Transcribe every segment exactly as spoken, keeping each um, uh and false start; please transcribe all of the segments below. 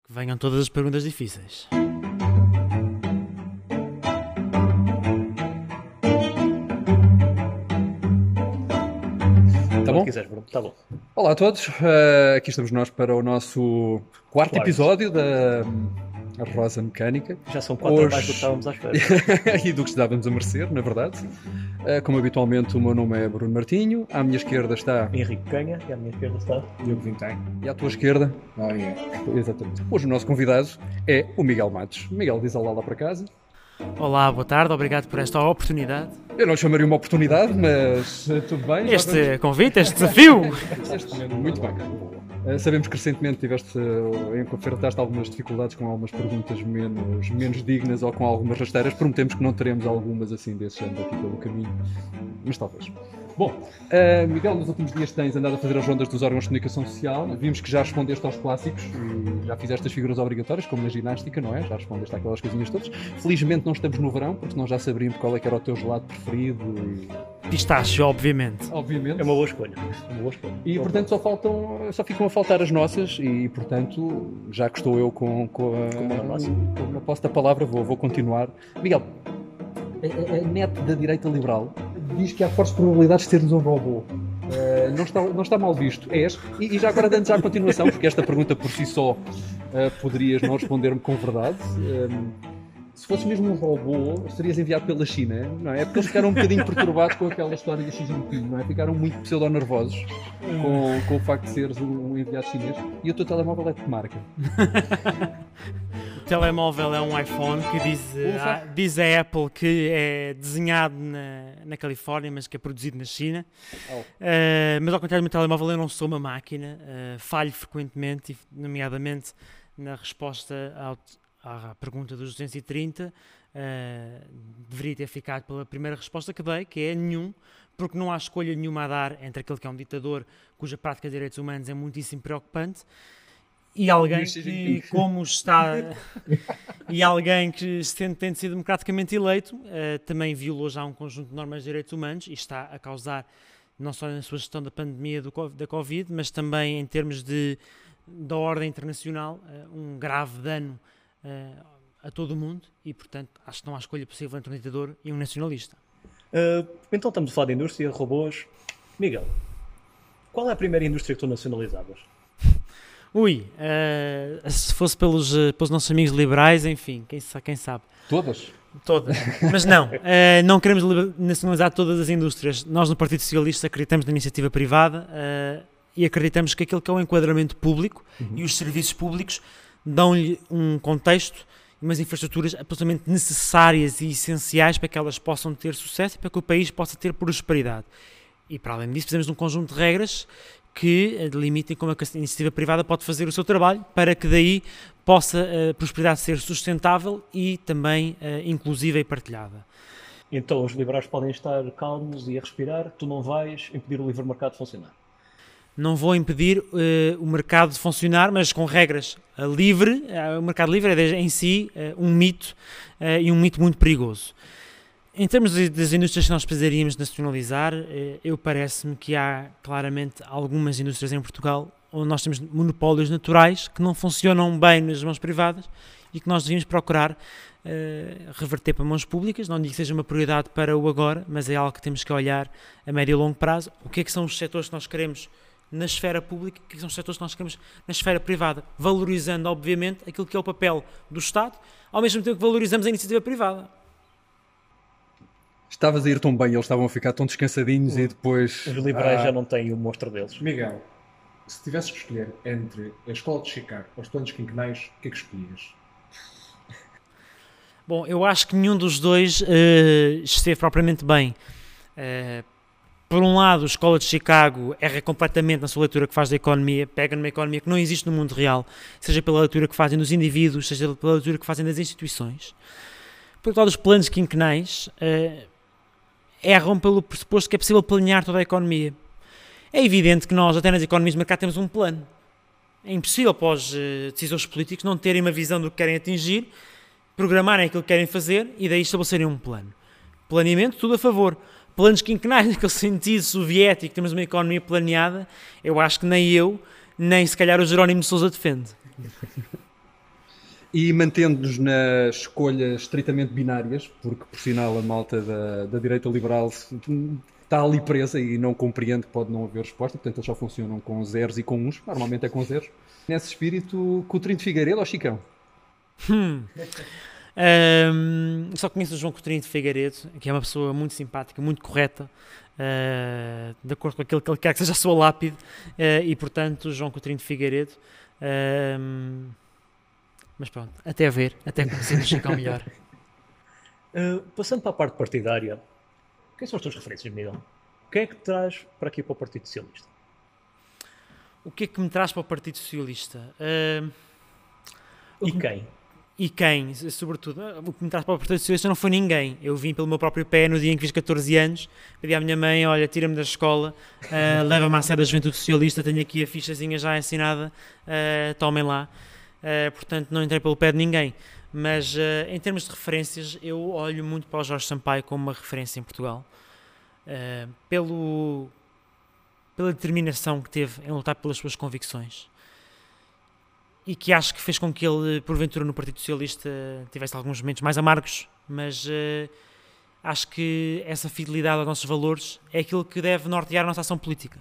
Que venham todas as perguntas difíceis. Tá bom? Quiseres, Bruno. Tá bom. Olá a todos, uh, aqui estamos nós para o nosso quarto Quarto. episódio da um, Rosa Mecânica. Já são quatro Hoje... a mais do que estávamos à espera. E do que estávamos a merecer, na verdade. Uh, como habitualmente, o meu nome é Bruno Martinho, à minha esquerda está... Henrique Canha, e à minha esquerda está... Diogo Vintém. E à tua esquerda... Oh, yeah. Exatamente. Hoje o nosso convidado é o Miguel Matos. Miguel, diz olá lá para casa. Olá, boa tarde, obrigado por esta oportunidade. Eu não lhe chamaria uma oportunidade, mas uh, tudo bem. Este convite, este desafio. Este, muito bem. Uh, sabemos que recentemente tiveste, uh, enfrentaste algumas dificuldades com algumas perguntas menos, menos dignas ou com algumas rasteiras. Prometemos que não teremos algumas assim desse género aqui pelo caminho, mas talvez. Bom, uh, Miguel, nos últimos dias tens andado a fazer as rondas dos órgãos de comunicação social. Vimos que já respondeste aos clássicos e já fizeste as figuras obrigatórias, como na ginástica, não é? Já respondeste àquelas coisinhas todas. Felizmente não estamos no verão, porque senão já saberíamos qual é que era o teu gelado preferido. E... Pistache, obviamente. Obviamente. É uma boa escolha. É uma boa escolha. E boa portanto só, faltam, só ficam a faltar as nossas e portanto, já que estou eu com, com, a, Com a nossa. com a posse da palavra, vou, vou continuar. Miguel, a, a net da direita liberal diz que há fortes probabilidades de teres um robô. Uh, não, está, não está mal visto. És. E, e já agora, dando já a continuação, porque esta pergunta por si só uh, poderias não responder-me com verdade. Um, se fosse mesmo um robô, serias enviado pela China, não é? É porque eles ficaram um bocadinho perturbados com aquela história de Xi Jinping, não é? Ficaram muito pseudo-nervosos com, com o facto de seres um, um enviado chinês. E o teu telemóvel é de que marca? O telemóvel é um iPhone que diz, a, diz a Apple que é desenhado na, na Califórnia, mas que é produzido na China. Oh. Uh, mas ao contrário do meu telemóvel, eu não sou uma máquina. Uh, falho frequentemente, nomeadamente na resposta ao, à pergunta dos duzentos e trinta. Uh, deveria ter ficado pela primeira resposta que dei, que é nenhum, porque não há escolha nenhuma a dar entre aquele que é um ditador cuja prática de direitos humanos é muitíssimo preocupante e alguém que, como está, e alguém que, tendo sido democraticamente eleito, uh, também violou já um conjunto de normas de direitos humanos e está a causar, não só na sua gestão da pandemia do, da Covid, mas também em termos de, da ordem internacional, uh, um grave dano uh, a todo o mundo e, portanto, acho que não há escolha possível entre um ditador e um nacionalista. Uh, então estamos a falar de indústria, robôs. Miguel, qual é a primeira indústria que tu nacionalizavas? Ui, uh, se fosse pelos, uh, pelos nossos amigos liberais, enfim, quem, quem sabe. Todas? Todas. Mas não, uh, não queremos nacionalizar todas as indústrias. Nós no Partido Socialista acreditamos na iniciativa privada uh, e acreditamos que aquilo que é o enquadramento público uhum. e os serviços públicos dão-lhe um contexto e umas infraestruturas absolutamente necessárias e essenciais para que elas possam ter sucesso e para que o país possa ter prosperidade. E para além disso, precisamos de um conjunto de regras que delimitem como a iniciativa privada pode fazer o seu trabalho para que daí possa a prosperidade ser sustentável e também uh, inclusiva e partilhada. Então os liberais podem estar calmos e a respirar, tu não vais impedir o livre mercado de funcionar? Não vou impedir uh, o mercado de funcionar, mas com regras uh, livre. Uh, o mercado livre é em si uh, um mito uh, e um mito muito perigoso. Em termos das indústrias que nós precisaríamos nacionalizar, eu parece-me que há claramente algumas indústrias em Portugal onde nós temos monopólios naturais que não funcionam bem nas mãos privadas e que nós devíamos procurar uh, reverter para mãos públicas. Não digo que seja uma prioridade para o agora, mas é algo que temos que olhar a médio e longo prazo. O que é que são os setores que nós queremos na esfera pública, o que é que são os setores que nós queremos na esfera privada, valorizando, obviamente, aquilo que é o papel do Estado, ao mesmo tempo que valorizamos a iniciativa privada. Estavas a ir tão bem, eles estavam a ficar tão descansadinhos uh, e depois... Os liberais ah, já não têm o monstro deles. Miguel, se tivesses que escolher entre a Escola de Chicago ou os planos quinquenais, o que é que escolhias? Bom, eu acho que nenhum dos dois uh, esteve propriamente bem. Uh, por um lado, a Escola de Chicago erra completamente na sua leitura que faz da economia, pega numa economia que não existe no mundo real, seja pela leitura que fazem dos indivíduos, seja pela leitura que fazem das instituições. Por outro lado, os planos quinquenais... Uh, erram pelo pressuposto que é possível planear toda a economia. É evidente que nós, até nas economias de mercado, temos um plano. É impossível para os uh, decisores políticos não terem uma visão do que querem atingir, programarem aquilo que querem fazer e daí estabelecerem um plano. Planeamento, tudo a favor. Planos quinquenais, naquele sentido soviético, temos uma economia planeada, eu acho que nem eu, nem se calhar o Jerónimo de Sousa defende. E mantendo-nos nas escolhas estritamente binárias, porque por sinal a malta da, da direita liberal está ali presa e não compreende que pode não haver resposta, portanto eles só funcionam com zeros e com uns, normalmente é com zeros. Nesse espírito, Coutinho de Figueiredo ou Chicão? Hum. Um, só conheço o João Coutinho de Figueiredo, que é uma pessoa muito simpática, muito correta, uh, de acordo com aquilo que ele quer que seja a sua lápide, uh, e portanto, João Coutinho de Figueiredo. Um, mas pronto, até ver, até conhecer o Chicão melhor. Uh, passando para a parte partidária, quem são as tuas referências, Miguel? O que é que te traz para aqui para o Partido Socialista? O que é que me traz para o Partido Socialista? Uh, E quem? E quem, sobretudo, o que me traz para o Partido Socialista não foi ninguém. Eu vim pelo meu próprio pé no dia em que fiz catorze anos, pedi à minha mãe, olha, tira-me da escola, uh, leva-me à sede da Juventude Socialista, tenho aqui a fichazinha já assinada, uh, tomem lá. Uh, portanto, não entrei pelo pé de ninguém. Mas, uh, em termos de referências, eu olho muito para o Jorge Sampaio como uma referência em Portugal. Uh, pelo, pela determinação que teve em lutar pelas suas convicções. E que acho que fez com que ele, porventura, no Partido Socialista tivesse alguns momentos mais amargos, mas uh, acho que essa fidelidade aos nossos valores é aquilo que deve nortear a nossa ação política.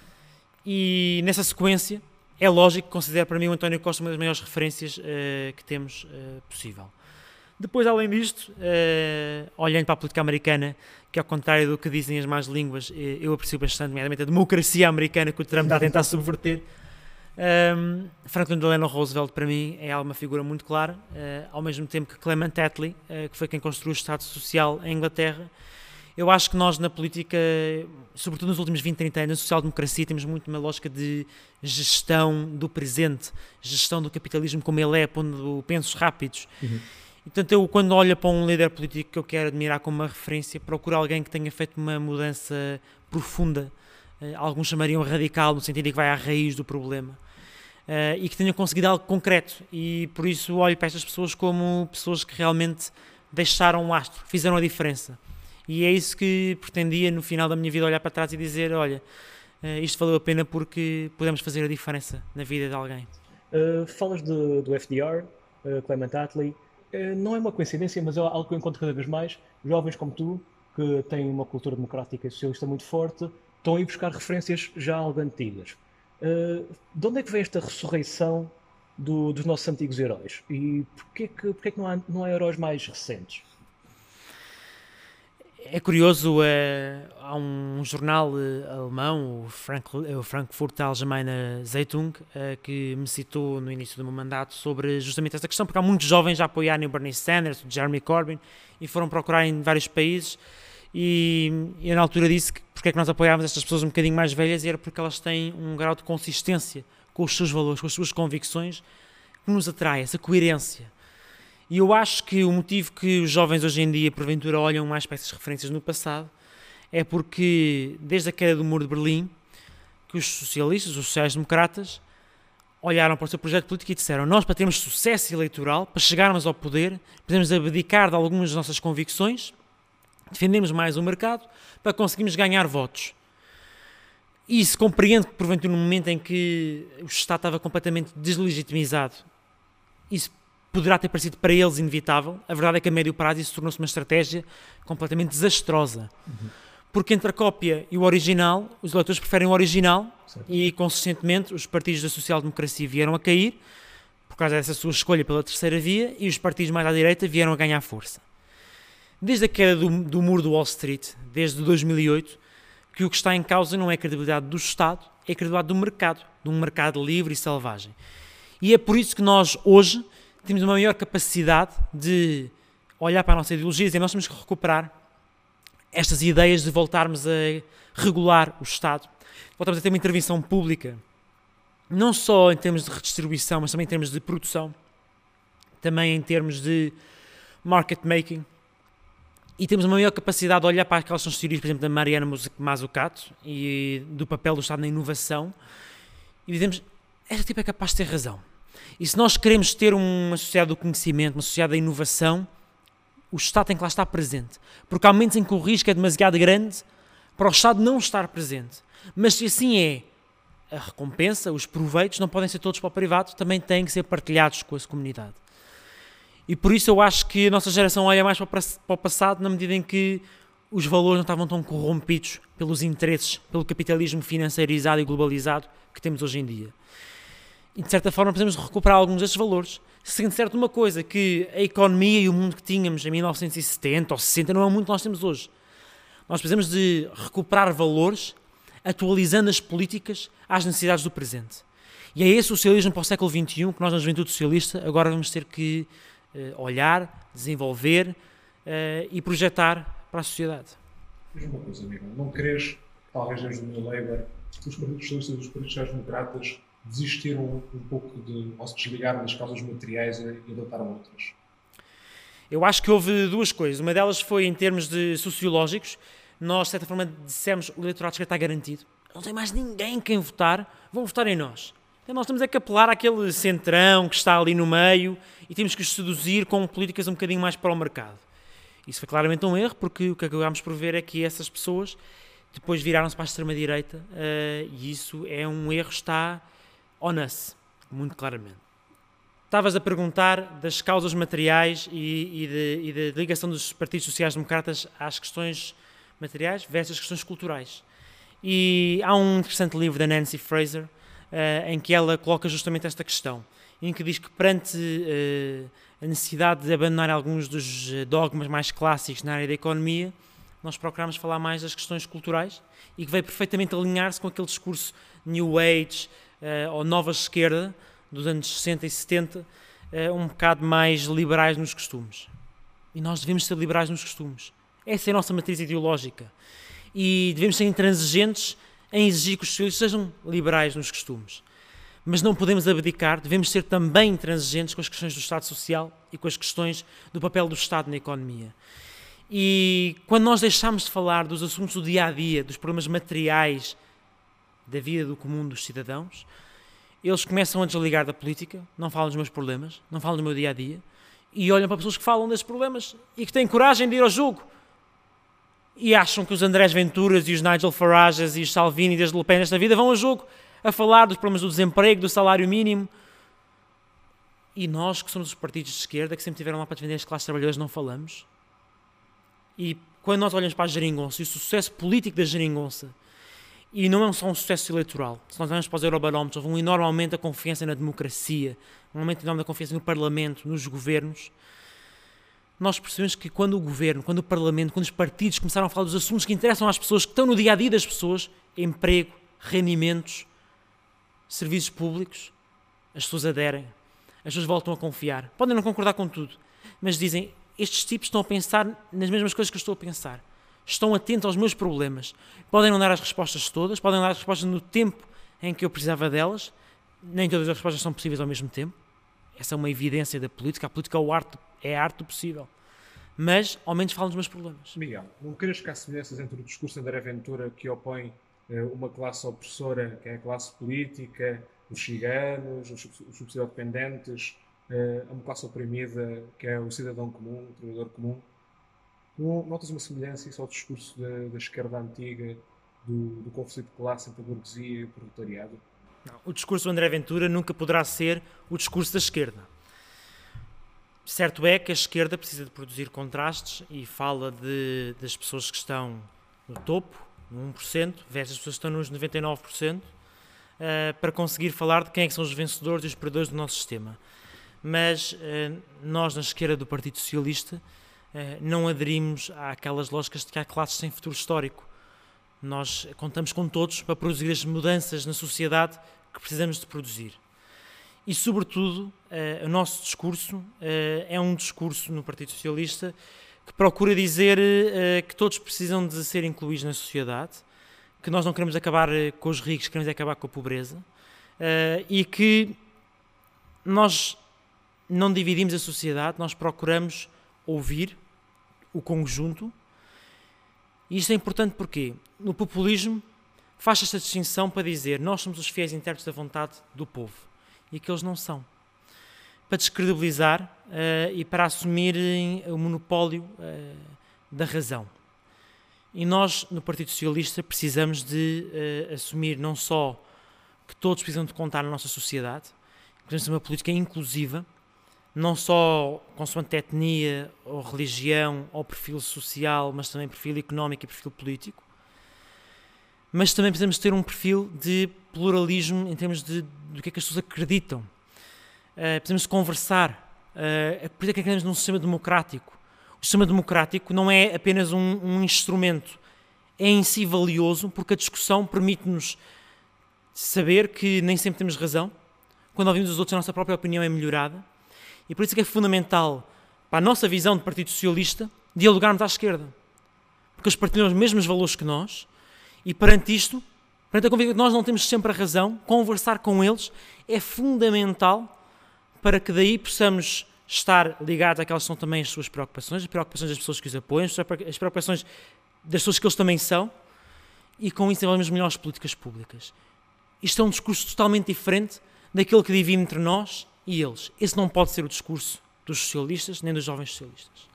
E nessa sequência, é lógico que considero para mim o António Costa uma das maiores referências uh, que temos uh, possível. Depois, além disto, uh, olhando para a política americana, que ao contrário do que dizem as más línguas, uh, eu aprecio bastante, nomeadamente a democracia americana que o Trump está a tentar subverter. Um, Franklin Delano Roosevelt para mim é uma figura muito clara, uh, ao mesmo tempo que Clement Attlee, uh, que foi quem construiu o Estado Social em Inglaterra. Eu acho que nós na política, sobretudo nos últimos vinte, trinta anos, na social-democracia temos muito uma lógica de gestão do presente, gestão do capitalismo como ele é, pondo pensos rápidos. Uhum. E, portanto, eu quando olho para um líder político que eu quero admirar como uma referência, procuro alguém que tenha feito uma mudança profunda, uh, alguns chamariam radical, no sentido de que vai à raiz do problema. Uh, e que tenham conseguido algo concreto, e por isso olho para estas pessoas como pessoas que realmente deixaram um lastro, fizeram a diferença, e é isso que pretendia no final da minha vida, olhar para trás e dizer, olha, uh, isto valeu a pena porque podemos fazer a diferença na vida de alguém. Uh, falas de, do F D R, uh, Clement Attlee, uh, não é uma coincidência, mas é algo que eu encontro cada vez mais, jovens como tu, que têm uma cultura democrática e socialista muito forte, estão a ir buscar referências já algo antigas. Uh, de onde é que vem esta ressurreição do, dos nossos antigos heróis? E porquê que, porquê que não, há, não há heróis mais recentes? É curioso, uh, há um jornal uh, alemão, o, Frank, o Frankfurter Allgemeine Zeitung, uh, que me citou no início do meu mandato sobre justamente esta questão, porque há muitos jovens a apoiarem o Bernie Sanders, o Jeremy Corbyn, e foram procurar em vários países. E eu na altura disse que porque é que nós apoiávamos estas pessoas um bocadinho mais velhas, e era porque elas têm um grau de consistência com os seus valores, com as suas convicções, que nos atrai, essa coerência. E eu acho que o motivo que os jovens hoje em dia, porventura, olham mais para essas referências no passado, é porque, desde a queda do Muro de Berlim, que os socialistas, os sociais-democratas, olharam para o seu projeto político e disseram, nós, para termos sucesso eleitoral, para chegarmos ao poder, precisamos abdicar de algumas das nossas convicções, defendemos mais o mercado para conseguirmos ganhar votos. E se compreende que, porventura, no momento em que o Estado estava completamente deslegitimizado, isso poderá ter parecido para eles inevitável. A verdade é que a médio prazo isso tornou-se uma estratégia completamente desastrosa. Uhum. Porque entre a cópia e o original, os eleitores preferem o original. Sim. E, consistentemente, os partidos da social-democracia vieram a cair por causa dessa sua escolha pela terceira via, e os partidos mais à direita vieram a ganhar força. Desde a queda do, do muro do Wall Street, desde dois mil e oito, que o que está em causa não é a credibilidade do Estado, é a credibilidade do mercado, de um mercado livre e selvagem. E é por isso que nós, hoje, temos uma maior capacidade de olhar para a nossa ideologia e dizer, nós temos que recuperar estas ideias de voltarmos a regular o Estado, voltarmos a ter uma intervenção pública, não só em termos de redistribuição, mas também em termos de produção, também em termos de market making. E temos uma maior capacidade de olhar para aquelas que são teorias, por exemplo, da Mariana Mazzucato e do papel do Estado na inovação, e dizemos, este tipo é capaz de ter razão. E se nós queremos ter uma sociedade do conhecimento, uma sociedade da inovação, o Estado tem que lá estar presente. Porque há momentos em que o risco é demasiado grande para o Estado não estar presente. Mas se assim é, a recompensa, os proveitos, não podem ser todos para o privado, também têm que ser partilhados com a comunidade. E por isso eu acho que a nossa geração olha mais para o passado na medida em que os valores não estavam tão corrompidos pelos interesses, pelo capitalismo financeirizado e globalizado que temos hoje em dia. E de certa forma precisamos recuperar alguns destes valores. Sendo certo uma coisa, que a economia e o mundo que tínhamos em mil novecentos e setenta ou sessenta não é o mundo que nós temos hoje. Nós precisamos de recuperar valores, atualizando as políticas às necessidades do presente. E é esse o socialismo para o século vinte e um que nós na Juventude Socialista agora vamos ter que uh, olhar, desenvolver uh, e projetar para a sociedade. Diz uma coisa, amigo. Não queres, talvez desde o New Labour, os partidos socialistas e os partidos sociais-democratas desistiram um pouco de, ou se desligaram das causas materiais e adotaram outras? Eu acho que houve duas coisas. Uma delas foi em termos de sociológicos. Nós, de certa forma, dissemos que o eleitorado de esquerda está garantido. Não tem mais ninguém quem votar, vão votar em nós. Então nós temos é que apelar àquele centrão que está ali no meio e temos que os seduzir com políticas um bocadinho mais para o mercado. Isso foi claramente um erro, porque o que acabámos por ver é que essas pessoas depois viraram-se para a extrema-direita uh, e isso é um erro, está on us, muito claramente. Estavas a perguntar das causas materiais e, e, de, e da ligação dos partidos sociais-democratas às questões materiais versus as questões culturais. E há um interessante livro da Nancy Fraser uh, em que ela coloca justamente esta questão, em que diz que perante uh, a necessidade de abandonar alguns dos dogmas mais clássicos na área da economia, nós procuramos falar mais das questões culturais e que veio perfeitamente alinhar-se com aquele discurso New Age uh, ou nova esquerda dos anos sessenta e setenta, uh, um bocado mais liberais nos costumes. E nós devemos ser liberais nos costumes. Essa é a nossa matriz ideológica. E devemos ser intransigentes em exigir que os socialistas sejam liberais nos costumes. Mas não podemos abdicar, devemos ser também intransigentes com as questões do Estado Social e com as questões do papel do Estado na economia. E quando nós deixamos de falar dos assuntos do dia-a-dia, dos problemas materiais da vida do comum dos cidadãos, eles começam a desligar da política, não falam dos meus problemas, não falam do meu dia-a-dia, e olham para pessoas que falam desses problemas e que têm coragem de ir ao jogo. E acham que os Andrés Venturas e os Nigel Farages e os Salvini desde Le Pen nesta vida vão ao jogo a falar dos problemas do desemprego, do salário mínimo. E nós, que somos os partidos de esquerda, que sempre tiveram lá para defender as classes trabalhadoras, não falamos. E quando nós olhamos para a geringonça e o sucesso político da geringonça, e não é só um sucesso eleitoral, se nós olhamos para os eurobarómetros, houve um enorme aumento da confiança na democracia, um aumento enorme da confiança no Parlamento, nos governos, nós percebemos que quando o governo, quando o Parlamento, quando os partidos começaram a falar dos assuntos que interessam às pessoas, que estão no dia-a-dia das pessoas, emprego, rendimentos, serviços públicos, as pessoas aderem, as pessoas voltam a confiar. Podem não concordar com tudo, mas dizem, estes tipos estão a pensar nas mesmas coisas que eu estou a pensar. Estão atentos aos meus problemas. Podem não dar as respostas todas, podem dar as respostas no tempo em que eu precisava delas. Nem todas as respostas são possíveis ao mesmo tempo. Essa é uma evidência da política. A política é, o arte, é a arte do possível. Mas, ao menos, falam dos meus problemas. Miguel, não queres que há semelhanças entre o discurso de André Ventura, que opõe eh, uma classe opressora, que é a classe política, os ciganos, os, os subsidiodependentes, eh, a uma classe oprimida, que é o cidadão comum, o trabalhador comum? Não notas uma semelhança isso ao discurso da, da esquerda antiga, do, do conflito de classe entre a burguesia e o proletariado? Não, o discurso do André Ventura nunca poderá ser o discurso da esquerda. Certo é que a esquerda precisa de produzir contrastes e fala de, das pessoas que estão no topo, no um por cento, versus as pessoas que estão nos noventa e nove por cento, uh, para conseguir falar de quem é que são os vencedores e os perdedores do nosso sistema. Mas uh, nós, na esquerda do Partido Socialista, uh, não aderimos àquelas lógicas de que há classes sem futuro histórico. Nós contamos com todos para produzir as mudanças na sociedade que precisamos de produzir. E, sobretudo, uh, o nosso discurso uh, é um discurso no Partido Socialista que procura dizer uh, que todos precisam de ser incluídos na sociedade, que nós não queremos acabar com os ricos, queremos acabar com a pobreza, uh, e que nós não dividimos a sociedade, nós procuramos ouvir o conjunto. E isto é importante porque no populismo faz esta distinção para dizer nós somos os fiéis intérpretes da vontade do povo e que eles não são, para descredibilizar uh, e para assumirem o monopólio uh, da razão. E nós, no Partido Socialista, precisamos de uh, assumir não só que todos precisam de contar na nossa sociedade, que precisamos de uma política inclusiva, não só consoante etnia, ou religião, ou perfil social, mas também perfil económico e perfil político. Mas também precisamos ter um perfil de pluralismo em termos de do que é que as pessoas acreditam. Uh, precisamos de conversar. Uh, por isso é que acreditamos num sistema democrático. O sistema democrático não é apenas um, um instrumento, é em si valioso, porque a discussão permite-nos saber que nem sempre temos razão. Quando ouvimos os outros, a nossa própria opinião é melhorada. E por isso é que é fundamental, para a nossa visão de Partido Socialista, dialogarmos à esquerda. Porque eles partilham os mesmos valores que nós, e perante isto, perante a convicção que nós não temos sempre a razão, conversar com eles é fundamental para que daí possamos estar ligados àquelas que são também as suas preocupações, as preocupações das pessoas que os apoiam, as preocupações das pessoas que eles também são, e com isso desenvolvemos melhores políticas públicas. Isto é um discurso totalmente diferente daquele que divide entre nós e eles. Esse não pode ser o discurso dos socialistas, nem dos jovens socialistas.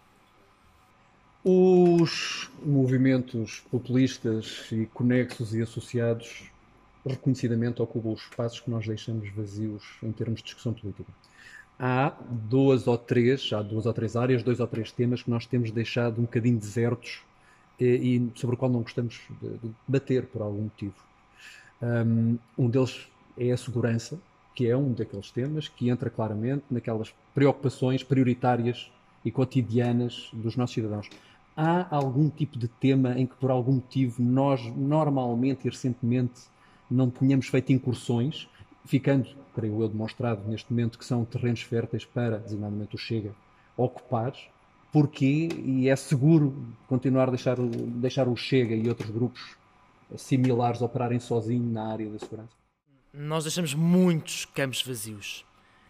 Os movimentos populistas e conexos e associados reconhecidamente ocupam os espaços que nós deixamos vazios em termos de discussão política. Há duas ou três, há duas ou três áreas, dois ou três temas que nós temos deixado um bocadinho desertos e, e sobre o qual não gostamos de, de debater por algum motivo. Um, um deles é a segurança, que é um daqueles temas que entra claramente naquelas preocupações prioritárias e cotidianas dos nossos cidadãos. Há algum tipo de tema em que, por algum motivo, nós normalmente e recentemente não tenhamos feito incursões, ficando, creio eu, demonstrado neste momento que são terrenos férteis para, designadamente o Chega, ocupar? Porquê? E é seguro continuar a deixar, deixar o Chega e outros grupos similares operarem sozinhos na área da segurança? Nós deixamos muitos campos vazios.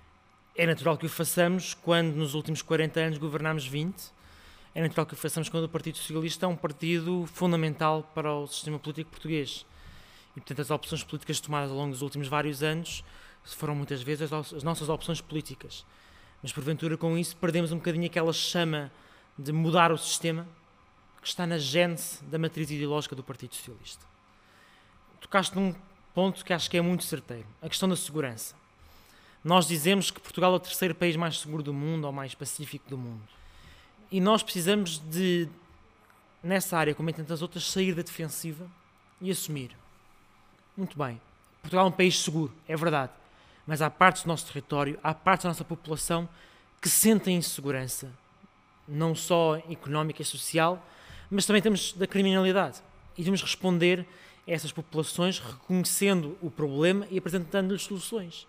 É natural que o façamos quando nos últimos quarenta anos governámos vinte. É natural que o façamos quando o Partido Socialista é um partido fundamental para o sistema político português. E, portanto, as opções políticas tomadas ao longo dos últimos vários anos foram muitas vezes as nossas opções políticas. Mas, porventura, com isso, perdemos um bocadinho aquela chama de mudar o sistema que está na gênese da matriz ideológica do Partido Socialista. Tocaste num ponto que acho que é muito certeiro, a questão da segurança. Nós dizemos que Portugal é o terceiro país mais seguro do mundo, ou mais pacífico do mundo. E nós precisamos de, nessa área, como em tantas outras, sair da defensiva e assumir. Muito bem, Portugal é um país seguro, é verdade, mas há partes do nosso território, há partes da nossa população que sentem insegurança, não só económica e social, mas também temos da criminalidade. E devemos responder a essas populações reconhecendo o problema e apresentando-lhes soluções.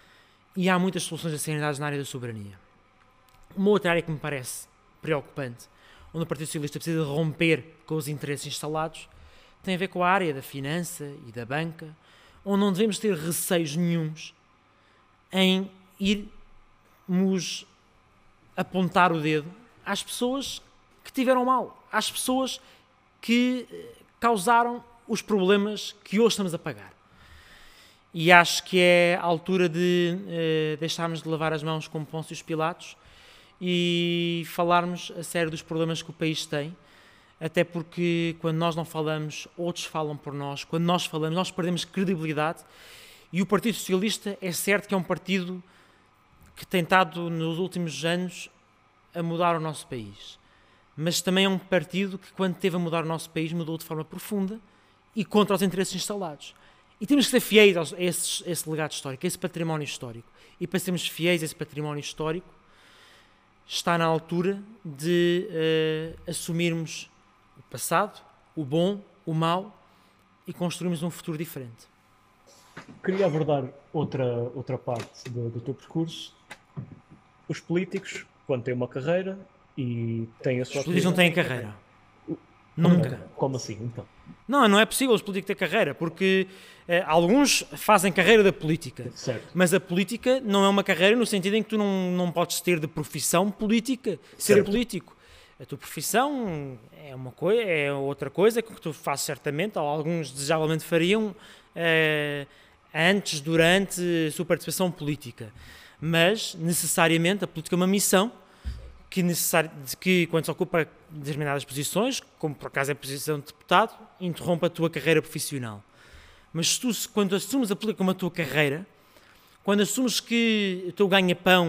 E há muitas soluções a serem dadas na área da soberania. Uma outra área que me parece preocupante, onde o Partido Socialista precisa de romper com os interesses instalados, tem a ver com a área da finança e da banca, onde não devemos ter receios nenhuns em irmos apontar o dedo às pessoas que tiveram mal, às pessoas que causaram os problemas que hoje estamos a pagar. E acho que é a altura de eh, deixarmos de lavar as mãos como Pôncio Pilatos e falarmos a sério dos problemas que o país tem, até porque quando nós não falamos, outros falam por nós. Quando nós falamos, nós perdemos credibilidade. E o Partido Socialista é certo que é um partido que tem estado nos últimos anos a mudar o nosso país. Mas também é um partido que, quando teve a mudar o nosso país, mudou de forma profunda e contra os interesses instalados. E temos que ser fiéis a esse, a esse legado histórico, a esse património histórico. E para sermos fiéis a esse património histórico, está na altura de uh, assumirmos o passado, o bom, o mau e construirmos um futuro diferente. Queria abordar outra, outra parte do, do teu percurso. Os políticos, quando têm uma carreira e têm a sua... Os políticos não têm carreira. Nunca. Como assim, então? Não, não é possível os políticos terem carreira, porque eh, alguns fazem carreira da política. Certo. Mas a política não é uma carreira no sentido em que tu não, não podes ter de profissão política, ser Certo. político. A tua profissão é uma coisa, é outra coisa que tu fazes certamente, ou alguns desejavelmente fariam eh, antes, durante a sua participação política. Mas, necessariamente, a política é uma missão que, necessário, que quando se ocupa de determinadas posições, como por acaso é a posição de deputado, interrompe a tua carreira profissional. Mas se tu, quando assumes a política como a tua carreira, quando assumes que o teu ganha-pão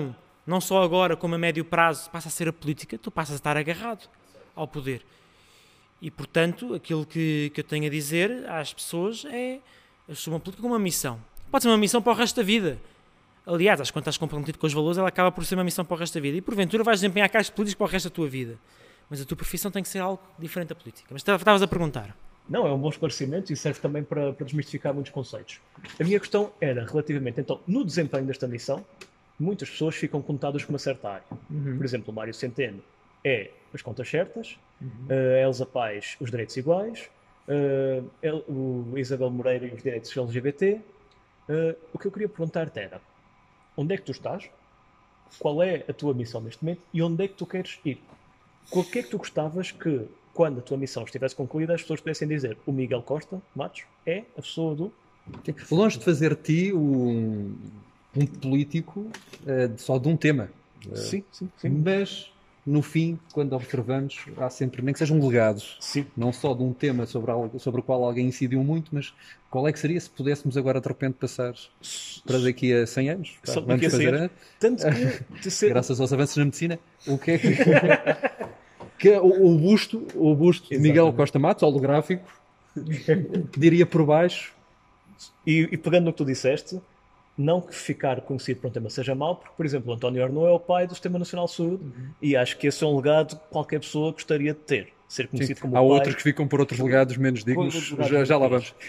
não só agora, como a médio prazo, passa a ser a política, tu passas a estar agarrado ao poder. E, portanto, aquilo que, que eu tenho a dizer às pessoas é, assuma a política como uma missão. Pode ser uma missão para o resto da vida. Aliás, acho que quando estás comprometido com os valores, ela acaba por ser uma missão para o resto da vida. E, porventura, vais desempenhar cargos políticos para o resto da tua vida. Mas a tua profissão tem que ser algo diferente da política. Mas estavas a perguntar. Não, é um bom esclarecimento e serve também para, para desmistificar muitos conceitos. A minha questão era, relativamente, então, no desempenho desta missão, muitas pessoas ficam conotadas com uma certa área. Uhum. Por exemplo, o Mário Centeno é as contas certas, Uhum. a Elsa Paz os direitos iguais, uh, El, o Isabel Moreira e os direitos L G B T. Uh, o que eu queria perguntar-te era, onde é que tu estás? Qual é a tua missão neste momento? E onde é que tu queres ir? O que é que tu gostavas que, quando a tua missão estivesse concluída, as pessoas pudessem dizer o Miguel Costa Matos é a pessoa do... Longe de fazer de ti um, um político uh, só de um tema. Uh, Sim, sim, sim. Mas, no fim, quando observamos, há sempre, nem que seja um legado, Sim. não só de um tema sobre, algo, sobre o qual alguém incidiu muito, mas qual é que seria se pudéssemos agora de repente passar para daqui a cem anos? Pá, Só vamos daqui a cem fazer, anos. Tanto que... De ser... graças aos avanços na medicina, o que é que... que é o, o busto, o busto de Miguel Costa Matos, holográfico, diria por baixo. E, e pegando no que tu disseste, não que ficar conhecido por um tema seja mau, porque, por exemplo, o António Arnaud é o pai do Sistema Nacional de Saúde uhum. e acho que esse é um legado que qualquer pessoa gostaria de ter. Ser conhecido Sim. como Há o pai. outros que ficam por outros legados menos dignos. Já, já lá vamos.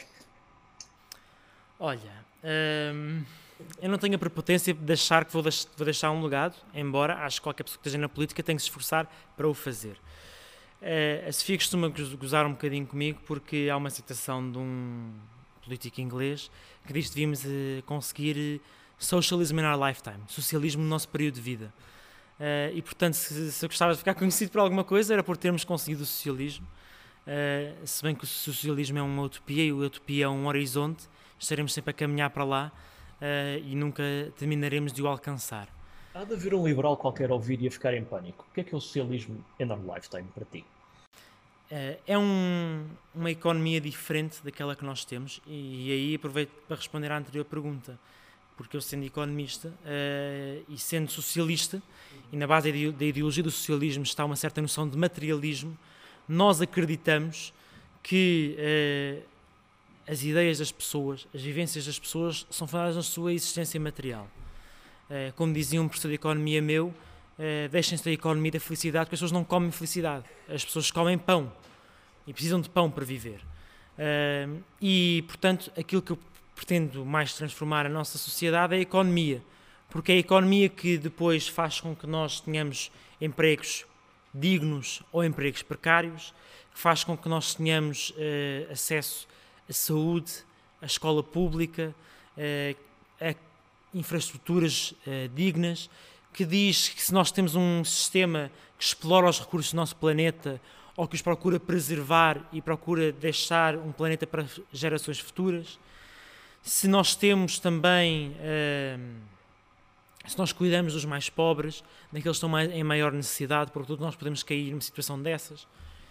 Olha, hum, eu não tenho a prepotência de achar que vou, deix- vou deixar um legado, embora acho que qualquer pessoa que esteja na política tem que se esforçar para o fazer. Uh, a Sofia costuma gozar um bocadinho comigo porque há uma citação de um político inglês que diz que devíamos uh, conseguir socialism in our lifetime, socialismo no nosso período de vida. Uh, e, portanto, se, se eu gostava de ficar conhecido por alguma coisa era por termos conseguido o socialismo. Uh, se bem que o socialismo é uma utopia e a utopia é um horizonte, estaremos sempre a caminhar para lá uh, e nunca terminaremos de o alcançar. Há de haver um liberal qualquer a ouvir e a ficar em pânico. O que é que é o socialismo in our lifetime para ti? Uh, é um, uma economia diferente daquela que nós temos e, e aí aproveito para responder à anterior pergunta, porque eu sendo economista uh, e sendo socialista, e na base da ideologia do socialismo está uma certa noção de materialismo, nós acreditamos que uh, as ideias das pessoas, as vivências das pessoas são fundadas na sua existência material. Uh, como dizia um professor de economia meu, uh, deixem-se da economia da felicidade, porque as pessoas não comem felicidade, as pessoas comem pão e precisam de pão para viver. Uh, e, portanto, aquilo que eu pretendo mais transformar a nossa sociedade é a economia, porque é a economia que depois faz com que nós tenhamos empregos dignos ou empregos precários, que faz com que nós tenhamos uh, acesso à saúde, à escola pública, uh, a infraestruturas uh, dignas, que diz que se nós temos um sistema que explora os recursos do nosso planeta ou que os procura preservar e procura deixar um planeta para gerações futuras, se nós temos também, uh, se nós cuidamos dos mais pobres, daqueles que estão mais, em maior necessidade, porque todos nós podemos cair numa situação dessas.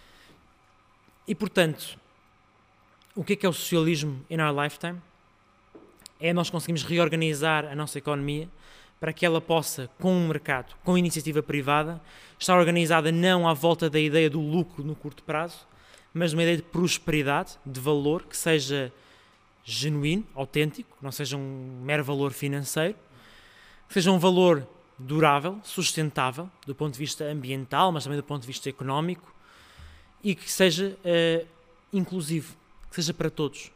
E, portanto, o que é que é o socialismo in our lifetime? É nós conseguimos reorganizar a nossa economia para que ela possa, com o mercado, com a iniciativa privada, estar organizada não à volta da ideia do lucro no curto prazo, mas de uma ideia de prosperidade, de valor, que seja genuíno, autêntico, não seja um mero valor financeiro, que seja um valor durável, sustentável, do ponto de vista ambiental, mas também do ponto de vista económico, e que seja uh, inclusivo, que seja para todos.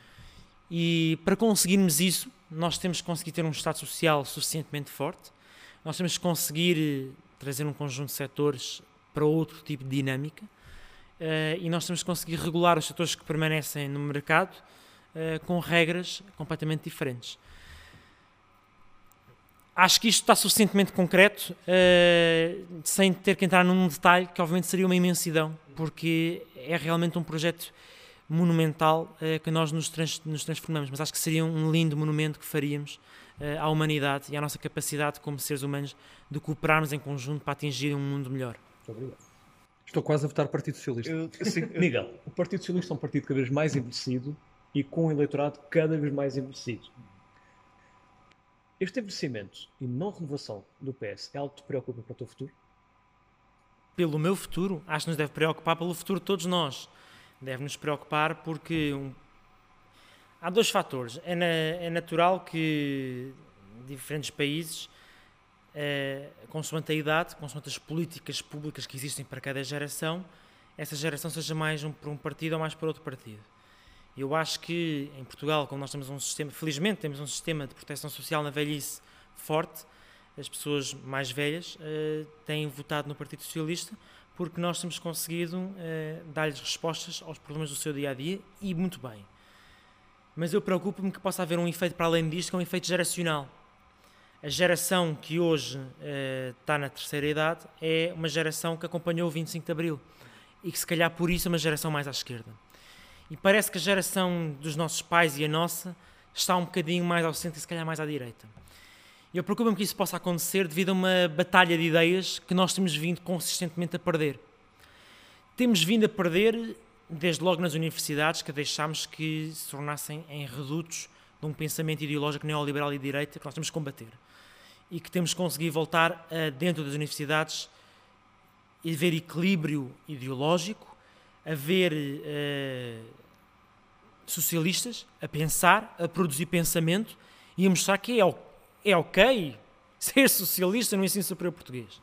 E para conseguirmos isso, nós temos que conseguir ter um Estado social suficientemente forte, nós temos que conseguir trazer um conjunto de setores para outro tipo de dinâmica, uh, e nós temos que conseguir regular os setores que permanecem no mercado uh, com regras completamente diferentes. Acho que isto está suficientemente concreto, uh, sem ter que entrar num detalhe que obviamente seria uma imensidão, porque é realmente um projeto monumental uh, que nós nos, trans, nos transformamos, mas acho que seria um lindo monumento que faríamos uh, à humanidade e à nossa capacidade como seres humanos de cooperarmos em conjunto para atingir um mundo melhor. Muito obrigado. Estou quase a votar Partido Socialista. Eu, sim, Miguel, o Partido Socialista é um partido cada vez mais envelhecido e com um eleitorado cada vez mais envelhecido. Este envelhecimento e não renovação do P S é algo que te preocupa para o teu futuro? Pelo meu futuro, acho que nos deve preocupar pelo futuro de todos nós. Deve-nos preocupar porque um, há dois fatores. É, na, é natural que diferentes países, eh, consoante a idade, consoante as políticas públicas que existem para cada geração, essa geração seja mais um, para um partido ou mais para outro partido. Eu acho que em Portugal, como nós temos um sistema, felizmente temos um sistema de proteção social na velhice forte, as pessoas mais velhas eh, têm votado no Partido Socialista porque nós temos conseguido eh, dar-lhes respostas aos problemas do seu dia-a-dia e muito bem. Mas eu preocupo-me que possa haver um efeito para além disto, que é um efeito geracional. A geração que hoje eh, está na terceira idade é uma geração que acompanhou o vinte e cinco de Abril e que se calhar por isso é uma geração mais à esquerda. E parece que a geração dos nossos pais e a nossa está um bocadinho mais ao centro e se calhar mais à direita. E eu preocupo-me que isso possa acontecer devido a uma batalha de ideias que nós temos vindo consistentemente a perder. Temos vindo a perder, desde logo nas universidades, que deixámos que se tornassem em redutos de um pensamento ideológico neoliberal e de direita que nós temos que combater. E que temos que conseguir voltar a, dentro das universidades, e haver equilíbrio ideológico, haver uh, socialistas a pensar, a produzir pensamento e a mostrar que é, é ok ser socialista no ensino superior português.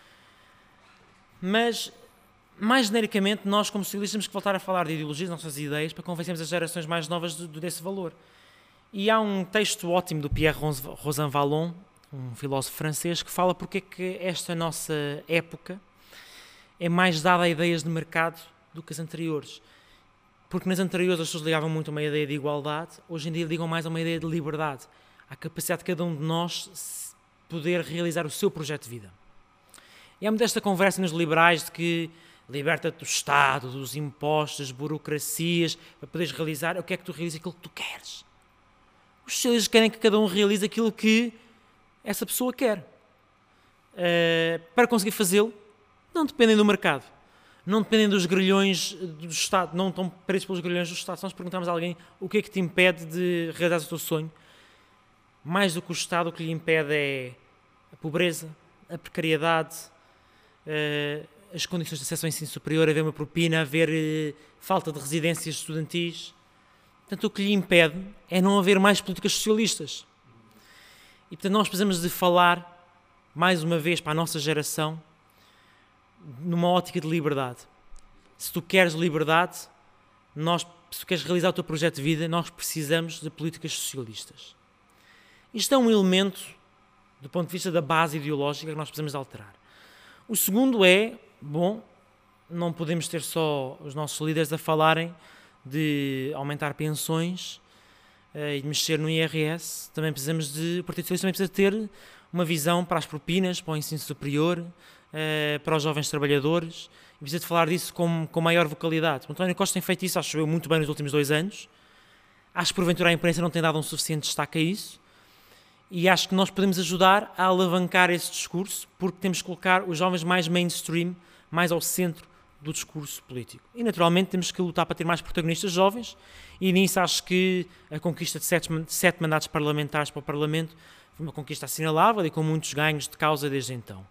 Mas, mais genericamente, nós como socialistas temos que voltar a falar de ideologias, nossas ideias, para convencermos as gerações mais novas de, de, desse valor. E há um texto ótimo do Pierre Rosanvallon, um filósofo francês, que fala porque é que esta nossa época é mais dada a ideias de mercado do que as anteriores. Porque nas anteriores as pessoas ligavam muito a uma ideia de igualdade, hoje em dia ligam mais a uma ideia de liberdade, a capacidade de cada um de nós poder realizar o seu projeto de vida. E há muito esta conversa nos liberais de que liberta-te do Estado, dos impostos, das burocracias, para poderes realizar, o que é que tu realizas aquilo que tu queres. Os socialistas querem que cada um realize aquilo que essa pessoa quer. Uh, para conseguir fazê-lo, não dependem do mercado, não dependem dos grilhões do Estado, não estão presos pelos grilhões do Estado. Se nós perguntarmos a alguém o que é que te impede de realizar o teu sonho, mais do que o Estado, o que lhe impede é a pobreza, a precariedade, uh, as condições de acesso ao ensino superior, haver uma propina, haver uh, falta de residências estudantis. Portanto, o que lhe impede é não haver mais políticas socialistas. E, portanto, nós precisamos de falar, mais uma vez, para a nossa geração, numa ótica de liberdade. Se tu queres liberdade, nós, se tu queres realizar o teu projeto de vida, nós precisamos de políticas socialistas. Isto é um elemento, do ponto de vista da base ideológica, que nós precisamos de alterar. O segundo é, bom, não podemos ter só os nossos líderes a falarem de aumentar pensões uh, e de mexer no I R S. Também precisamos de, o Partido Socialista também precisa ter uma visão para as propinas, para o ensino superior, uh, para os jovens trabalhadores, e precisa de falar disso com, com maior vocalidade. O António Costa tem feito isso, acho eu, muito bem nos últimos dois anos. Acho que porventura a imprensa não tem dado um suficiente destaque a isso, e acho que nós podemos ajudar a alavancar esse discurso, porque temos que colocar os jovens mais mainstream, mais ao centro do discurso político. E, naturalmente, temos que lutar para ter mais protagonistas jovens, e nisso acho que a conquista de sete, sete mandatos parlamentares para o Parlamento foi uma conquista assinalável e com muitos ganhos de causa desde então.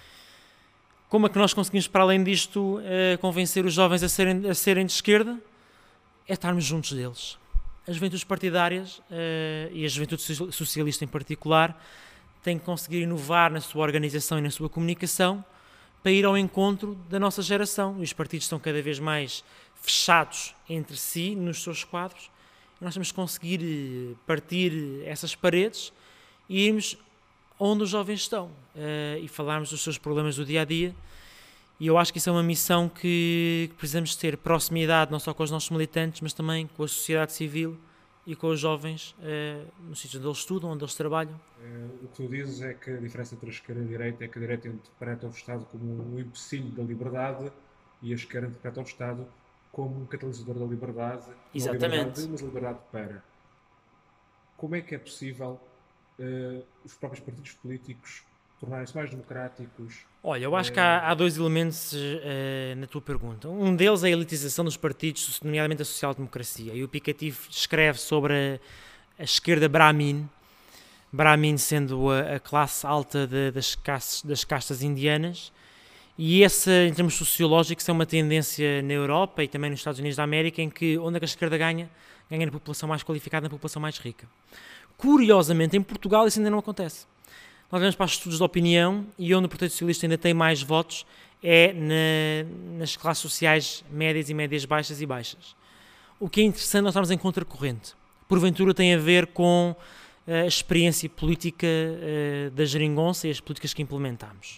Como é que nós conseguimos, para além disto, uh, convencer os jovens a serem, a serem de esquerda? É estarmos juntos deles. As juventudes partidárias, uh, e a juventude socialista em particular, têm que conseguir inovar na sua organização e na sua comunicação para ir ao encontro da nossa geração. E os partidos estão cada vez mais fechados entre si, nos seus quadros, e nós temos que conseguir partir essas paredes e irmos onde os jovens estão uh, e falarmos dos seus problemas do dia-a-dia. E eu acho que isso é uma missão que, que precisamos ter proximidade não só com os nossos militantes, mas também com a sociedade civil e com os jovens uh, no sítio onde eles estudam, onde eles trabalham. Uh, o que tu dizes é que a diferença entre a esquerda e a direita é que a direita interpreta o Estado como um empecilho da liberdade e a esquerda interpreta o Estado como um catalisador da liberdade. Exatamente. Uma liberdade, mas liberdade para. Como é que é possível uh, os próprios partidos políticos tornarem-se mais democráticos? Olha, eu acho que há, há dois elementos uh, na tua pergunta. Um deles é a elitização dos partidos, nomeadamente a social-democracia. E o Piketty escreve sobre a, a esquerda brahmin, Brahmin sendo a, a classe alta de, das, castas, das castas indianas, e essa, em termos sociológicos, é uma tendência na Europa e também nos Estados Unidos da América, em que onde é que a esquerda ganha? Ganha na população mais qualificada, na população mais rica. Curiosamente, em Portugal isso ainda não acontece. Nós vamos para os estudos de opinião e onde o Partido Socialista ainda tem mais votos é na, nas classes sociais médias e médias baixas e baixas. O que é interessante, nós estamos em contracorrente. Porventura tem a ver com a experiência política uh, da geringonça e as políticas que implementámos.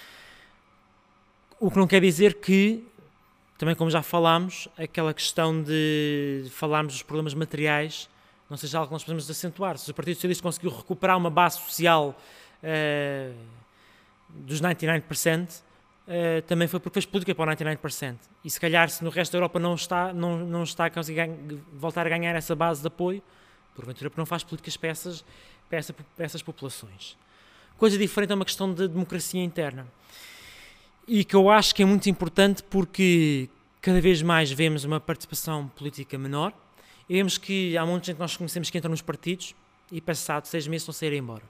O que não quer dizer que, também como já falámos, aquela questão de falarmos dos problemas materiais não seja algo que nós podemos acentuar. Se o Partido Socialista conseguiu recuperar uma base social uh, dos noventa e nove por cento, uh, também foi porque fez política para o noventa e nove por cento. E se calhar, se no resto da Europa não está, não, não está a conseguir voltar a ganhar essa base de apoio, porventura porque não faz políticas para essas, para, essa, para essas populações. Coisa diferente é uma questão de democracia interna. E que eu acho que é muito importante porque cada vez mais vemos uma participação política menor e vemos que há muita gente que nós conhecemos que entram nos partidos e passado seis meses estão a sair embora.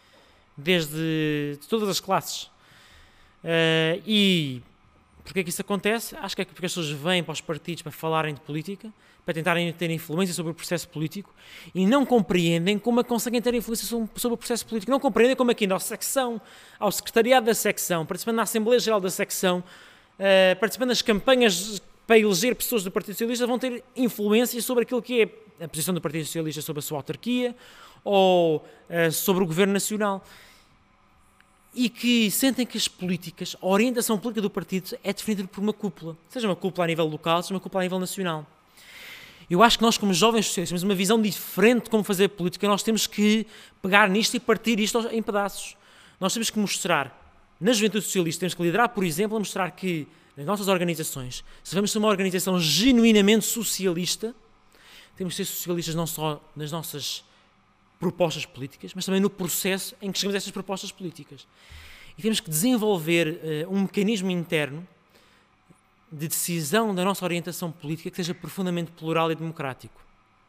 Desde de todas as classes. Uh, e porquê é que isso acontece? Acho que é porque as pessoas vêm para os partidos para falarem de política, para tentarem ter influência sobre o processo político e não compreendem como é que conseguem ter influência sobre o processo político. Não compreendem como é que indo à secção, ao secretariado da secção, participando na Assembleia Geral da secção, uh, participando nas campanhas para eleger pessoas do Partido Socialista, vão ter influência sobre aquilo que é a posição do Partido Socialista sobre a sua autarquia ou uh, sobre o Governo Nacional. E que sentem que as políticas, a orientação política do partido é definida por uma cúpula, seja uma cúpula a nível local, seja uma cúpula a nível nacional. Eu acho que nós, como jovens socialistas, temos uma visão diferente de como fazer política. Nós temos que pegar nisto e partir isto em pedaços. Nós temos que mostrar, na juventude socialista, temos que liderar, por exemplo, a mostrar que nas nossas organizações, se vamos ser uma organização genuinamente socialista, temos que ser socialistas não só nas nossas propostas políticas, mas também no processo em que chegamos a essas propostas políticas. E temos que desenvolver uh, um mecanismo interno de decisão da nossa orientação política que seja profundamente plural e democrático.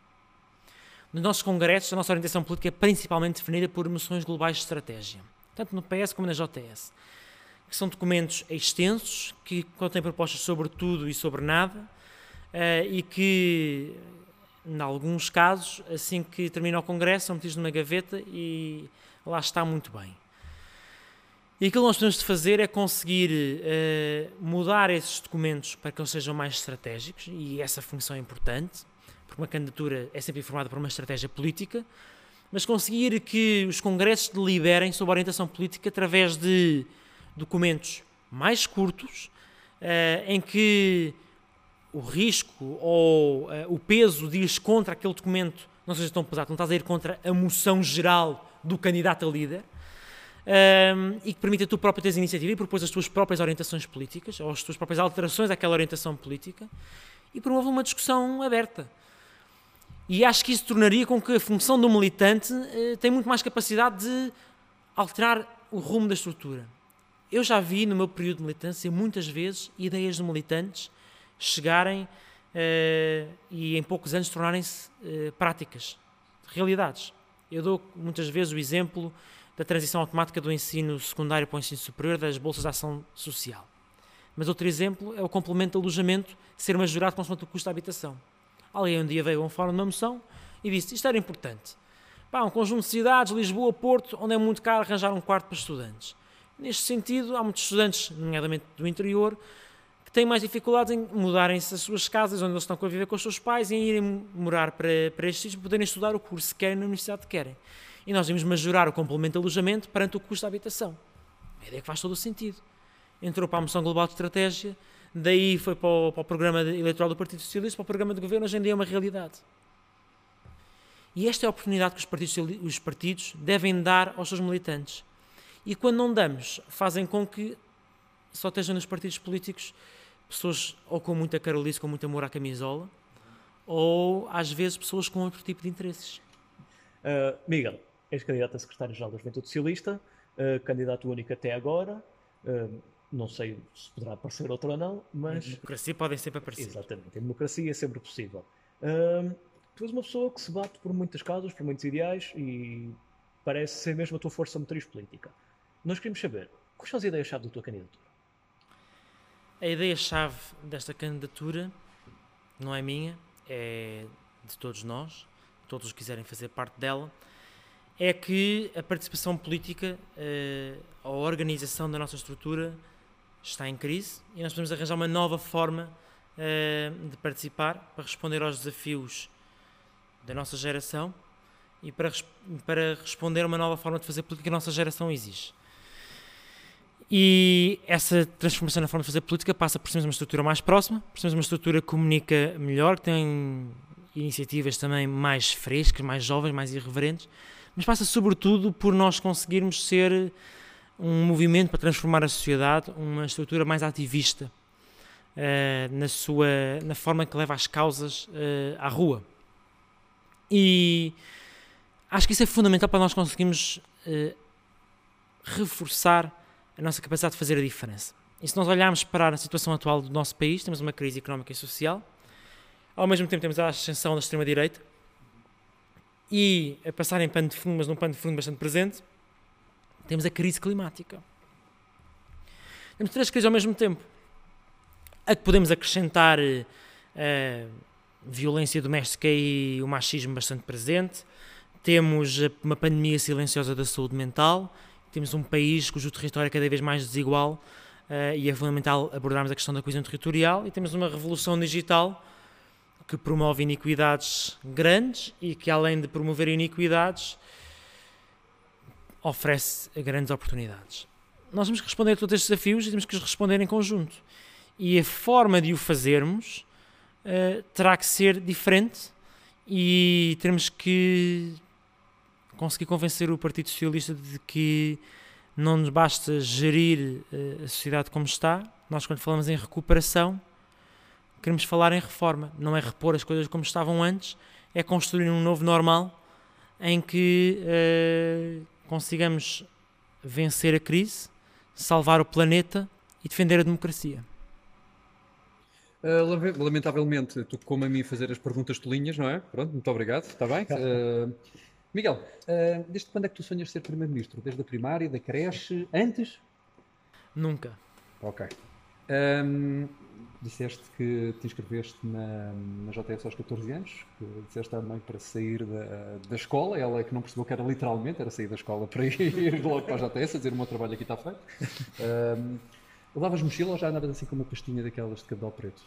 Nos nossos congressos, a nossa orientação política é principalmente definida por moções globais de estratégia, tanto no P S como na J S, que são documentos extensos, que contêm propostas sobre tudo e sobre nada, uh, e que, em alguns casos, assim que termina o congresso, são metidos numa gaveta e lá está muito bem. E aquilo que nós temos de fazer é conseguir uh, mudar esses documentos para que eles sejam mais estratégicos, e essa função é importante, porque uma candidatura é sempre informada por uma estratégia política, mas conseguir que os congressos deliberem sobre a orientação política através de documentos mais curtos, uh, em que o risco ou uh, o peso de ir contra aquele documento não seja tão pesado, não estás a ir contra a moção geral do candidato a líder, um, e que permite a tu próprio teres iniciativa e propôs as tuas próprias orientações políticas ou as tuas próprias alterações àquela orientação política e promove uma discussão aberta. E acho que isso tornaria com que a função do militante uh, tem muito mais capacidade de alterar o rumo da estrutura. Eu já vi no meu período de militância muitas vezes ideias de militantes chegarem uh, e em poucos anos tornarem-se uh, práticas, realidades. Eu dou muitas vezes o exemplo da transição automática do ensino secundário para o ensino superior, das bolsas de ação social. Mas outro exemplo é o complemento de alojamento ser majorado consoante o custo da habitação. Alguém um dia veio a um fórum de uma moção e disse isto era importante. Pá, um conjunto de cidades, Lisboa, Porto, onde é muito caro arranjar um quarto para estudantes. Neste sentido, há muitos estudantes, nomeadamente do interior, que têm mais dificuldades em mudarem-se as suas casas, onde eles estão a viver com os seus pais, e em irem morar para, para estes sítios para poderem estudar o curso que querem na universidade que querem. E nós devemos majorar o complemento de alojamento perante o custo da habitação. Uma ideia que faz todo o sentido. Entrou para a moção global de estratégia, daí foi para o, para o programa eleitoral do Partido Socialista, para o programa de governo, hoje em dia é uma realidade. E esta é a oportunidade que os partidos, os partidos devem dar aos seus militantes. E quando não damos, fazem com que só estejam nos partidos políticos pessoas ou com muita carolice, com muito amor à camisola, ou às vezes pessoas com outro tipo de interesses. Uh, Miguel, és candidato a secretário-geral da Juventude Socialista, uh, candidato único até agora, uh, não sei se poderá aparecer outro ou não, mas... Em democracia podem sempre aparecer. Exatamente, em democracia é sempre possível. Uh, tu és uma pessoa que se bate por muitas causas, por muitos ideais, e parece ser mesmo a tua força motriz política. Nós queremos saber, quais são as ideias-chave da tua candidatura? A ideia-chave desta candidatura não é minha, é de todos nós, todos os que quiserem fazer parte dela, é que a participação política, a organização da nossa estrutura está em crise e nós podemos arranjar uma nova forma de participar para responder aos desafios da nossa geração e para, para responder a uma nova forma de fazer política que a nossa geração exige. E essa transformação na forma de fazer política passa por sermos uma estrutura mais próxima, por sermos uma estrutura que comunica melhor, que tem iniciativas também mais frescas, mais jovens, mais irreverentes, mas passa sobretudo por nós conseguirmos ser um movimento para transformar a sociedade, uma estrutura mais ativista uh, na, sua, na forma que leva as causas uh, à rua. E acho que isso é fundamental para nós conseguirmos uh, reforçar a nossa capacidade de fazer a diferença. E se nós olharmos para a situação atual do nosso país, temos uma crise económica e social, ao mesmo tempo temos a ascensão da extrema-direita e a passar em pano de fundo, mas num pano de fundo bastante presente, temos a crise climática. Temos três crises ao mesmo tempo. A que podemos acrescentar a violência doméstica e o machismo bastante presente, temos uma pandemia silenciosa da saúde mental, temos um país cujo território é cada vez mais desigual uh, e é fundamental abordarmos a questão da coesão territorial, e temos uma revolução digital que promove iniquidades grandes e que, além de promover iniquidades, oferece grandes oportunidades. Nós temos que responder a todos estes desafios e temos que os responder em conjunto. E a forma de o fazermos uh, terá que ser diferente e teremos que conseguir convencer o Partido Socialista de que não nos basta gerir uh, a sociedade como está. Nós, quando falamos em recuperação, queremos falar em reforma. Não é repor as coisas como estavam antes, é construir um novo normal em que uh, consigamos vencer a crise, salvar o planeta e defender a democracia. Uh, lamentavelmente, tu como a mim fazer as perguntas tolinhas, não é? Pronto, muito obrigado, está bem? Uh, Miguel, uh, desde quando é que tu sonhas ser Primeiro-Ministro? Desde a primária, da creche, antes? Nunca. Ok. Um, disseste que te inscreveste na, na J S aos catorze anos, que disseste à mãe para sair da, da escola, ela é que não percebeu que era literalmente, era sair da escola para ir logo para a J S, a dizer o meu trabalho aqui está feito. Um, levavas mochila ou já andavas assim com uma pastinha daquelas de cabedal preto?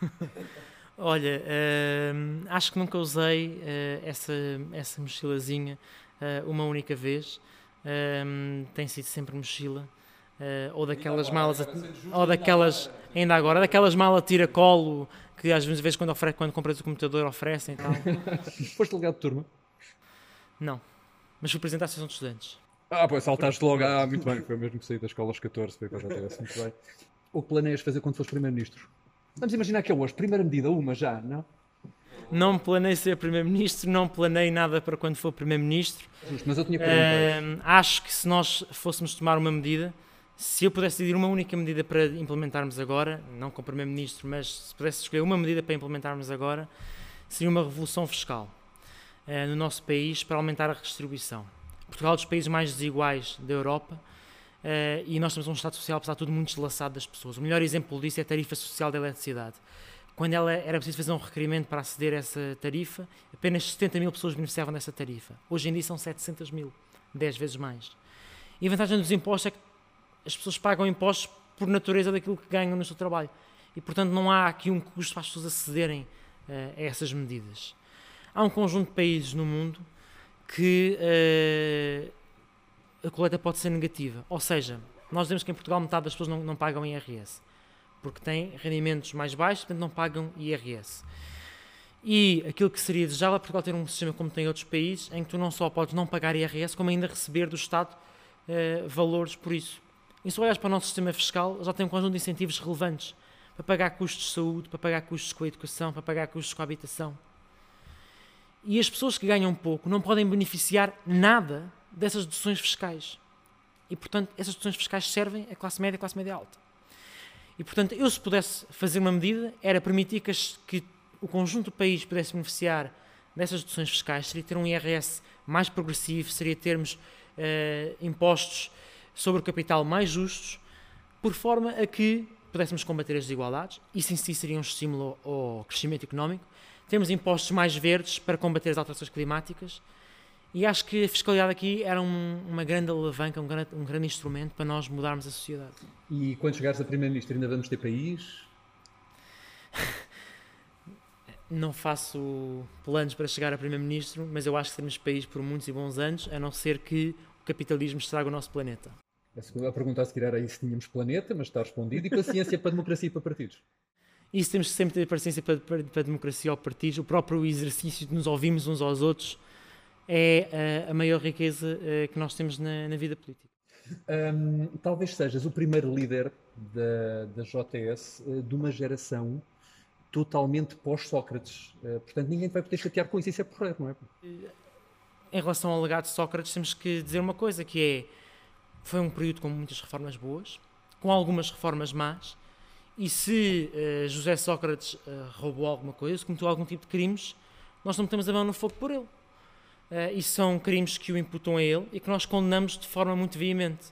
Olha, uh, acho que nunca usei uh, essa, essa mochilazinha uh, uma única vez. Uh, tem sido sempre mochila. Uh, ou daquelas agora, malas, a, ou daquelas, ainda agora, daquelas malas tira-colo que às vezes quando, ofere, quando compras o computador oferecem e tal. Foste delegado de turma? Não, mas fui apresentar a Associação de Estudantes. Ah, pois saltaste logo, ah, muito bem, foi mesmo que saí da escola aos catorze, foi para já tivesse, muito bem. O que planeias fazer quando fores Primeiro-Ministro? Vamos imaginar que é hoje, primeira medida, uma já, não? Não planei ser Primeiro-Ministro, não planei nada para quando for Primeiro-Ministro. Justo, mas eu tinha que perguntar. Uh, acho que se nós fôssemos tomar uma medida, se eu pudesse decidir uma única medida para implementarmos agora, não com o Primeiro-Ministro, mas se pudesse escolher uma medida para implementarmos agora, seria uma revolução fiscal uh, no nosso país para aumentar a redistribuição. Portugal é um dos países mais desiguais da Europa uh, e nós temos um Estado Social, apesar de tudo, muito deslaçado das pessoas. O melhor exemplo disso é a tarifa social da eletricidade. Quando ela era preciso fazer um requerimento para aceder a essa tarifa, apenas setenta mil pessoas beneficiavam dessa tarifa. Hoje em dia são setecentos mil, dez vezes mais. E a vantagem dos impostos é que as pessoas pagam impostos por natureza daquilo que ganham no seu trabalho. E, portanto, não há aqui um custo para as pessoas acederem uh, a essas medidas. Há um conjunto de países no mundo que uh, a coleta pode ser negativa. Ou seja, nós dizemos que em Portugal metade das pessoas não, não pagam I R S, porque têm rendimentos mais baixos, portanto não pagam I R S. E aquilo que seria desejável é Portugal ter um sistema como tem outros países, em que tu não só podes não pagar I R S, como ainda receber do Estado uh, valores por isso. E se olhares para o nosso sistema fiscal, já tem um conjunto de incentivos relevantes para pagar custos de saúde, para pagar custos com a educação, para pagar custos com a habitação. E as pessoas que ganham pouco não podem beneficiar nada dessas deduções fiscais. E, portanto, essas deduções fiscais servem à classe média e à classe média alta. E, portanto, eu se pudesse fazer uma medida, era permitir que, as, que o conjunto do país pudesse beneficiar dessas deduções fiscais seria ter um I R S mais progressivo, seria termos uh, impostos sobre o capital mais justos, por forma a que pudéssemos combater as desigualdades. Isso em si seria um estímulo ao crescimento económico. Temos impostos mais verdes para combater as alterações climáticas. E acho que a fiscalidade aqui era um, uma grande alavanca, um grande, um grande instrumento para nós mudarmos a sociedade. E quando chegares a Primeiro-Ministro ainda vamos ter país? Não faço planos para chegar a Primeiro-Ministro, mas eu acho que seremos país por muitos e bons anos, a não ser que o capitalismo estrague o nosso planeta. A segunda pergunta a seguir era aí se tínhamos planeta, mas está respondido. E paciência para a democracia e para partidos? Isso temos que sempre ter paciência para, para, para a democracia ou partidos. O próprio exercício de nos ouvirmos uns aos outros é a, a maior riqueza uh, que nós temos na, na vida política. Um, talvez sejas o primeiro líder da, da J S uh, de uma geração totalmente pós-Sócrates. Uh, portanto, ninguém vai poder chatear com isso. Isso é porreiro, não é? Em relação ao legado de Sócrates, temos que dizer uma coisa, que é, foi um período com muitas reformas boas, com algumas reformas más, e se uh, José Sócrates uh, roubou alguma coisa, se cometeu algum tipo de crimes, nós não metemos a mão no fogo por ele. Uh, e são crimes que o imputam a ele e que nós condenamos de forma muito veemente.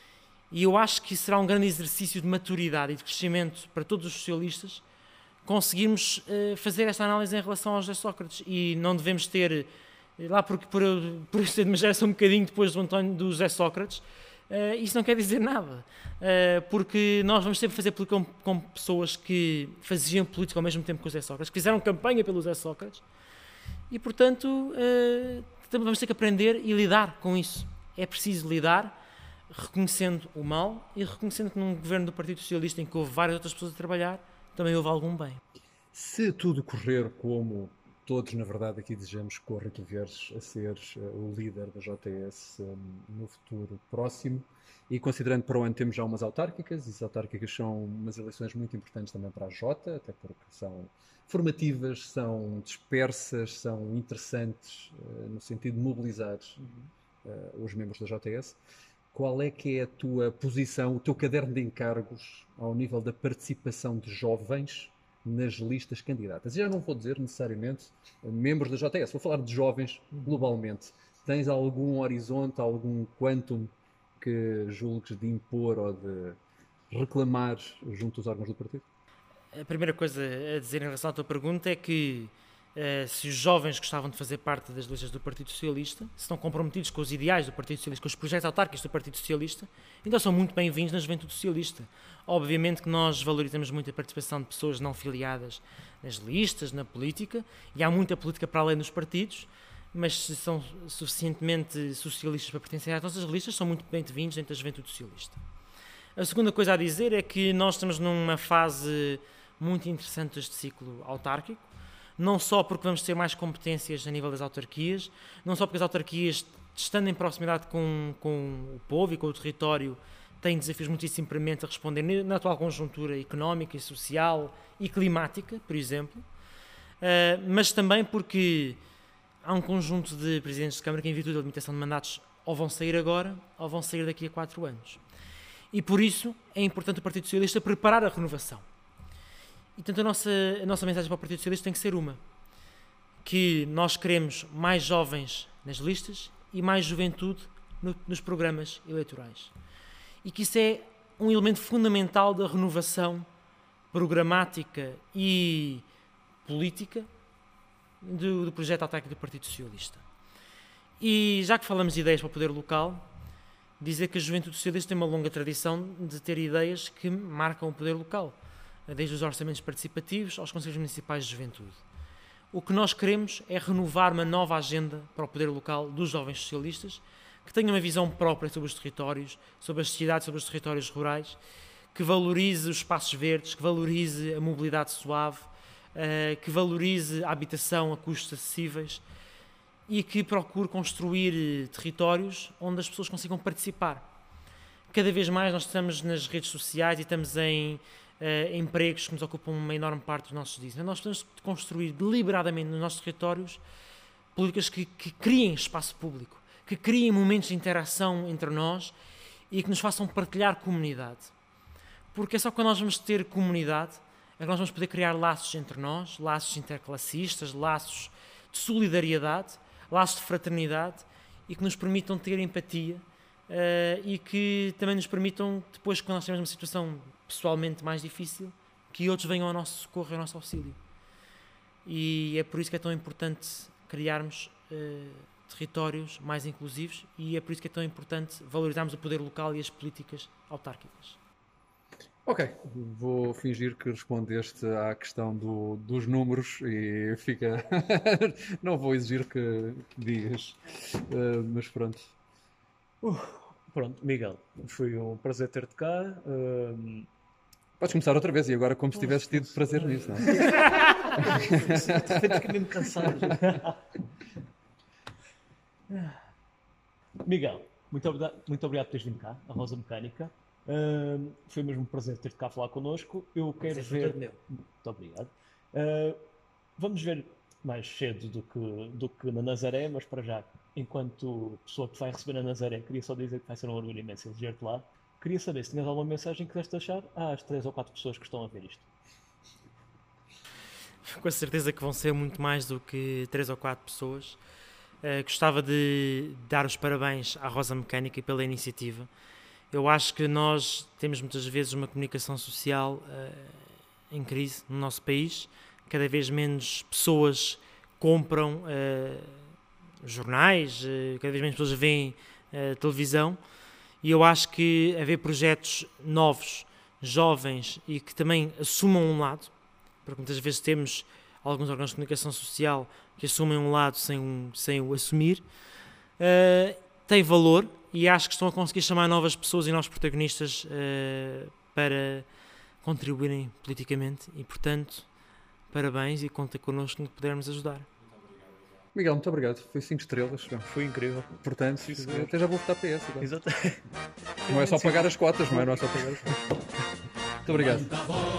E eu acho que será um grande exercício de maturidade e de crescimento para todos os socialistas conseguirmos uh, fazer esta análise em relação ao José Sócrates. E não devemos ter, lá porque por eu, por eu ser de uma geração um bocadinho depois do, António, do José Sócrates, uh, isso não quer dizer nada. Uh, porque nós vamos sempre fazer política com, com pessoas que faziam política ao mesmo tempo que o José Sócrates, que fizeram campanha pelo José Sócrates. E, portanto, uh, vamos ter que aprender e lidar com isso. É preciso lidar, reconhecendo o mal e reconhecendo que num governo do Partido Socialista em que houve várias outras pessoas a trabalhar, também houve algum bem. Se tudo correr como todos, na verdade, aqui desejamos que corra, tu vieres a ser uh, o líder da J S um, no futuro próximo, e considerando para o ano temos já umas autárquicas, e as autárquicas são umas eleições muito importantes também para a Jota, até porque são formativas, são dispersas, são interessantes uh, no sentido de mobilizar uh, os membros da J S. Qual é que é a tua posição, o teu caderno de encargos ao nível da participação de jovens nas listas candidatas? E já não vou dizer necessariamente uh, membros da J S, vou falar de jovens globalmente. Tens algum horizonte, algum quantum que julgues de impor ou de reclamar junto aos órgãos do partido? A primeira coisa a dizer em relação à tua pergunta é que uh, se os jovens gostavam de fazer parte das listas do Partido Socialista, se estão comprometidos com os ideais do Partido Socialista, com os projetos autárquicos do Partido Socialista, então são muito bem-vindos na juventude socialista. Obviamente que nós valorizamos muito a participação de pessoas não filiadas nas listas, na política, e há muita política para além dos partidos, mas se são suficientemente socialistas para pertencer às nossas listas, são muito bem-vindos dentro da juventude socialista. A segunda coisa a dizer é que nós estamos numa fase muito interessante deste ciclo autárquico, não só porque vamos ter mais competências a nível das autarquias, não só porque as autarquias, estando em proximidade com, com o povo e com o território, têm desafios muitíssimo prementes a responder na atual conjuntura económica e social e climática, por exemplo, uh, mas também porque há um conjunto de presidentes de Câmara que, em virtude da limitação de mandatos, ou vão sair agora ou vão sair daqui a quatro anos. E por isso é importante o Partido Socialista preparar a renovação. E, portanto, a nossa, a nossa mensagem para o Partido Socialista tem que ser uma: que nós queremos mais jovens nas listas e mais juventude no, nos programas eleitorais. E que isso é um elemento fundamental da renovação programática e política do, do projeto autárquico do Partido Socialista. E já que falamos de ideias para o poder local, dizer que a juventude socialista tem uma longa tradição de ter ideias que marcam o poder local, desde os orçamentos participativos aos conselhos municipais de juventude. O que nós queremos é renovar uma nova agenda para o poder local dos jovens socialistas, que tenham uma visão própria sobre os territórios, sobre as cidades, sobre os territórios rurais, que valorize os espaços verdes, que valorize a mobilidade suave, que valorize a habitação a custos acessíveis e que procure construir territórios onde as pessoas consigam participar. Cada vez mais nós estamos nas redes sociais e estamos em Uh, empregos que nos ocupam uma enorme parte dos nossos dias. Nós temos de construir deliberadamente nos nossos territórios políticas que, que criem espaço público, que criem momentos de interação entre nós e que nos façam partilhar comunidade. Porque é só quando nós vamos ter comunidade é que nós vamos poder criar laços entre nós, laços interclassistas, laços de solidariedade, laços de fraternidade e que nos permitam ter empatia uh, e que também nos permitam, depois que nós temos uma situação pessoalmente mais difícil, que outros venham ao nosso socorro e ao nosso auxílio. E é por isso que é tão importante criarmos uh, territórios mais inclusivos e é por isso que é tão importante valorizarmos o poder local e as políticas autárquicas. Ok, vou fingir que respondeste à questão do, dos números e fica... Não vou exigir que, que digas, uh, mas pronto. Uh, pronto, Miguel, foi um prazer ter-te cá. Uh... Podes começar outra vez e agora como se tivesses tido prazer nisso, não é? De repente fiquei mesmo cansado. Miguel, muito obrigado, muito obrigado por teres vindo cá, a Rosa Mecânica. Uh, foi mesmo um prazer ter-te cá a falar connosco. Eu quero ver. Meu. Muito obrigado. Uh, vamos ver mais cedo do que, do que na Nazaré, mas para já, enquanto pessoa que vai receber na Nazaré, queria só dizer que vai ser um orgulho imenso eleger-te lá. Queria saber se tinhas alguma mensagem que queres deixar às três ou quatro pessoas que estão a ver isto. Com certeza que vão ser muito mais do que três ou quatro pessoas. Uh, gostava de dar os parabéns à Rosa Mecânica pela iniciativa. Eu acho que nós temos muitas vezes uma comunicação social uh, em crise no nosso país. Cada vez menos pessoas compram uh, jornais, uh, cada vez menos pessoas veem uh, televisão. E eu acho que haver projetos novos, jovens e que também assumam um lado, porque muitas vezes temos alguns órgãos de comunicação social que assumem um lado sem, um, sem o assumir, uh, tem valor. E acho que estão a conseguir chamar novas pessoas e novos protagonistas uh, para contribuírem politicamente e, portanto, parabéns e contem connosco no que pudermos ajudar. Miguel, muito obrigado. Foi cinco estrelas. Foi incrível. Portanto, sim, até já vou votar P S. Exatamente. Não é só pagar as cotas, não é? Não é só pagar as cotas. Muito obrigado.